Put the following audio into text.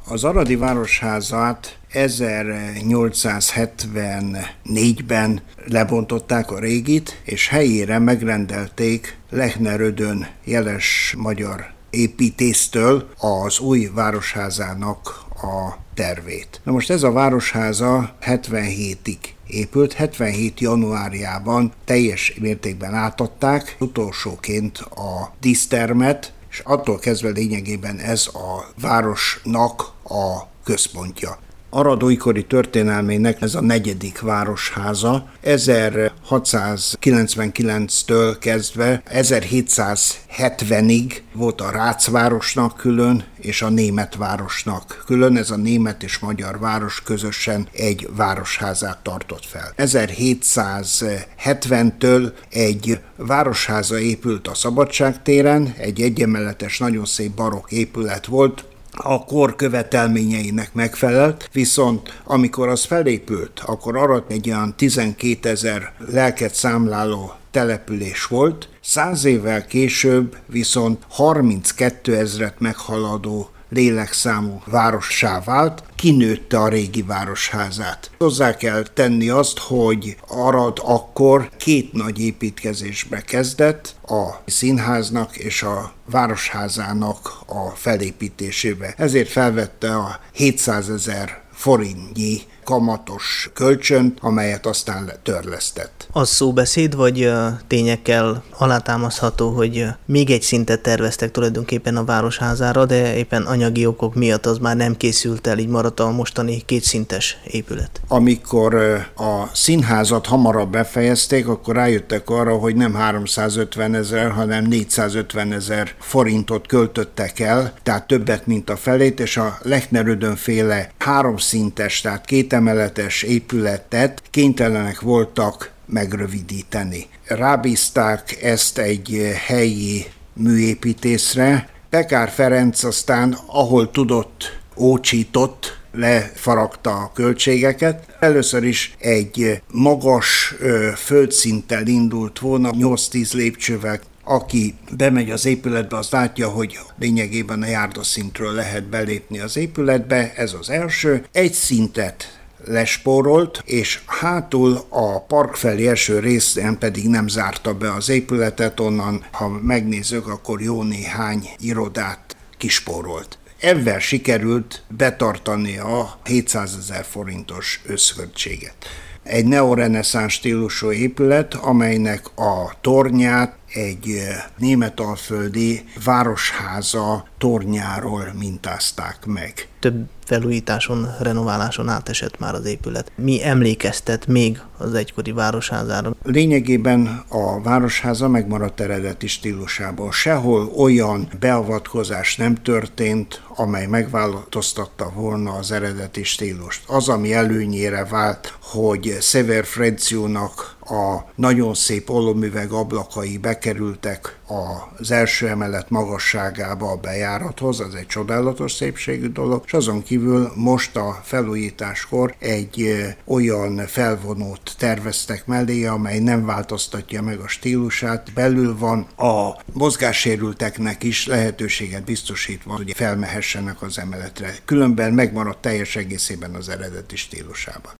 Az Aradi Városházát 1874-ben lebontották a régit, és helyére megrendelték Lechner Ödön jeles magyar építésztől az új városházának a tervét. Na most ez a városháza 77-ig épült, 77. januárjában teljes mértékben átadták, utolsóként a dísztermet, és attól kezdve lényegében ez a városnak a központja. Arad újkori történelmének ez a 4. városháza, 1699-től kezdve 1770-ig volt a Rácvárosnak külön, és a Németvárosnak külön. Ez a német és magyar város közösen egy városházát tartott fel. 1770-től egy városháza épült a Szabadságtéren, egy egyemeletes, nagyon szép barokk épület volt, a kor követelményeinek megfelelt, viszont amikor az felépült, akkor Arad egy olyan 12 000 lelket számláló település volt, 100 évvel később viszont 32 000 meghaladó lélekszámú várossá vált, kinőtte a régi városházát. Hozzá kell tenni azt, hogy Arad akkor 2 nagy építkezésbe kezdett, a színháznak és a városházának a felépítésébe. Ezért felvette a 700 000 forintnyi kamatos kölcsönt, amelyet aztán törlesztett. Az szóbeszéd, vagy tényekkel alátámasztható, hogy még egy szintet terveztek tulajdonképpen a városházára, de éppen anyagi okok miatt az már nem készült el, így maradt a mostani 2 szintes épület. Amikor a színházat hamarabb befejezték, akkor rájöttek arra, hogy nem 350 000, hanem 450 000 forintot költöttek el, tehát többet, mint a felét, és a Lechner Ödön féle 3 szintes, tehát 2 emeletes épületet kénytelenek voltak megrövidíteni. Rábízták ezt egy helyi műépítészre. Pekár Ferenc aztán, ahol tudott, ócsított, lefaragta a költségeket. Először is egy magas földszinttel indult volna, 8-10 lépcsővel. Aki bemegy az épületbe, az látja, hogy lényegében a járdaszintről lehet belépni az épületbe, ez az első. Egy szintet lespórolt, és hátul a park felé első részen pedig nem zárta be az épületet, onnan, ha megnézzük, akkor jó néhány irodát kispórolt. Ezzel sikerült betartani a 700 000 forintos összköltséget. Egy neoreneszánsz stílusú épület, amelynek a tornyát egy németalföldi városháza tornyáról mintázták meg. Több felújításon, renováláson átesett már az épület. Mi emlékeztet még az egykori városházára? Lényegében a városháza megmaradt eredeti stílusában. Sehol olyan beavatkozás nem történt, amely megváltoztatta volna az eredeti stílust. Az, ami előnyére vált, hogy Sever Frenziónak a nagyon szép ollómüveg ablakai bekerültek az első emelet magasságába a bejárathoz, az egy csodálatos szépségű dolog, és azon kívül most a felújításkor egy olyan felvonót terveztek mellé, amely nem változtatja meg a stílusát. Belül van a mozgássérülteknek is lehetőséget biztosítva, hogy felmehessenek az emeletre. Különben megmaradt teljes egészében az eredeti stílusában.